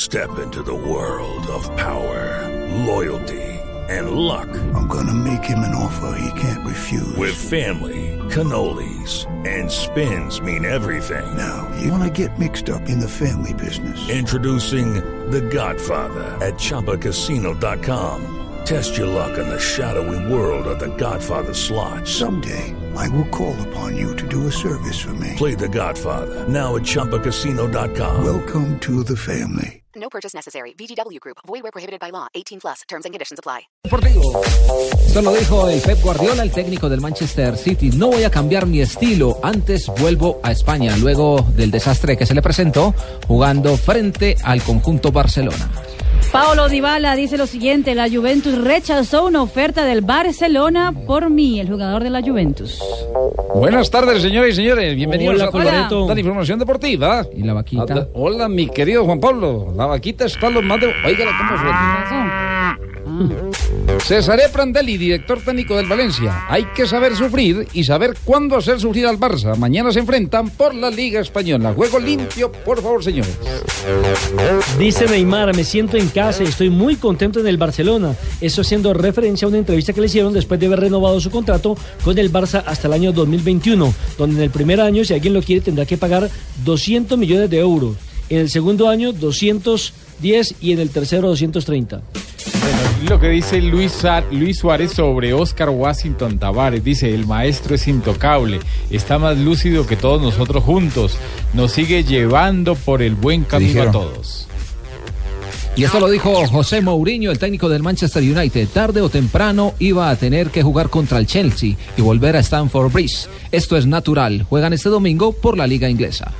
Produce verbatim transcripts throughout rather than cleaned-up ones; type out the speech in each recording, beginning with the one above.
Step into the world of power, loyalty, and luck. I'm gonna make him an offer he can't refuse. With family, cannolis, and spins mean everything. Now, you wanna get mixed up in the family business. Introducing The Godfather at Chumba Casino dot com. Test your luck in the shadowy world of The Godfather slot. Someday, I will call upon you to do a service for me. Play The Godfather, now at Chumba Casino dot com. Welcome to the family. No purchase necessary. V G W Group. Void where prohibited by law. eighteen plus. Terms and conditions apply. Deportivo. Esto lo dijo el Pep Guardiola, el técnico del Manchester City. No voy a cambiar mi estilo. Antes vuelvo a España, luego del desastre que se le presentó jugando frente al conjunto Barcelona. Paulo Dybala dice lo siguiente: la Juventus rechazó una oferta del Barcelona por mí, el jugador de la Juventus. Buenas tardes, señoras y señores. Bienvenidos Hola, a Colorado. la información deportiva. ¿Y la vaquita? Hola, hola, mi querido Juan Pablo. La vaquita está lo más de... Óigala cómo suena. Cesare Prandelli, director técnico del Valencia. Hay que saber sufrir y saber cuándo hacer sufrir al Barça. Mañana se enfrentan por la Liga Española. Juego limpio, por favor, señores. Dice Neymar: me siento en casa y estoy muy contento en el Barcelona. Eso haciendo referencia a una entrevista que le hicieron después de haber renovado su contrato con el Barça hasta el año dos mil veintiuno, donde en el primer año, si alguien lo quiere, tendrá que pagar doscientos millones de euros. En el segundo año, doscientos diez y en el tercero, doscientos treinta. Bueno, lo que dice Luis, Luis Suárez sobre Oscar Washington Tabárez, dice: el maestro es intocable, está más lúcido que todos nosotros juntos, nos sigue llevando por el buen camino a todos. Y esto lo dijo José Mourinho, el técnico del Manchester United. Tarde o temprano iba a tener que jugar contra el Chelsea y volver a Stamford Bridge. Esto es natural. Juegan este domingo por la Liga Inglesa.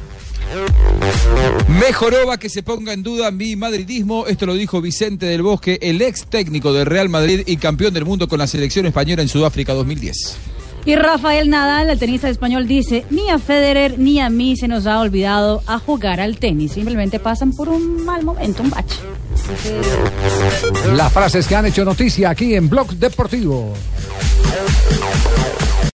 Mejoró va que se ponga en duda mi madridismo. Esto lo dijo Vicente del Bosque, el ex técnico del Real Madrid y campeón del mundo con la selección española en Sudáfrica dos mil diez. Y Rafael Nadal, el tenista español, dice: ni a Federer ni a mí se nos ha olvidado a jugar al tenis. Simplemente pasan por un mal momento, un bache. Las frases que han hecho noticia aquí en Blog Deportivo.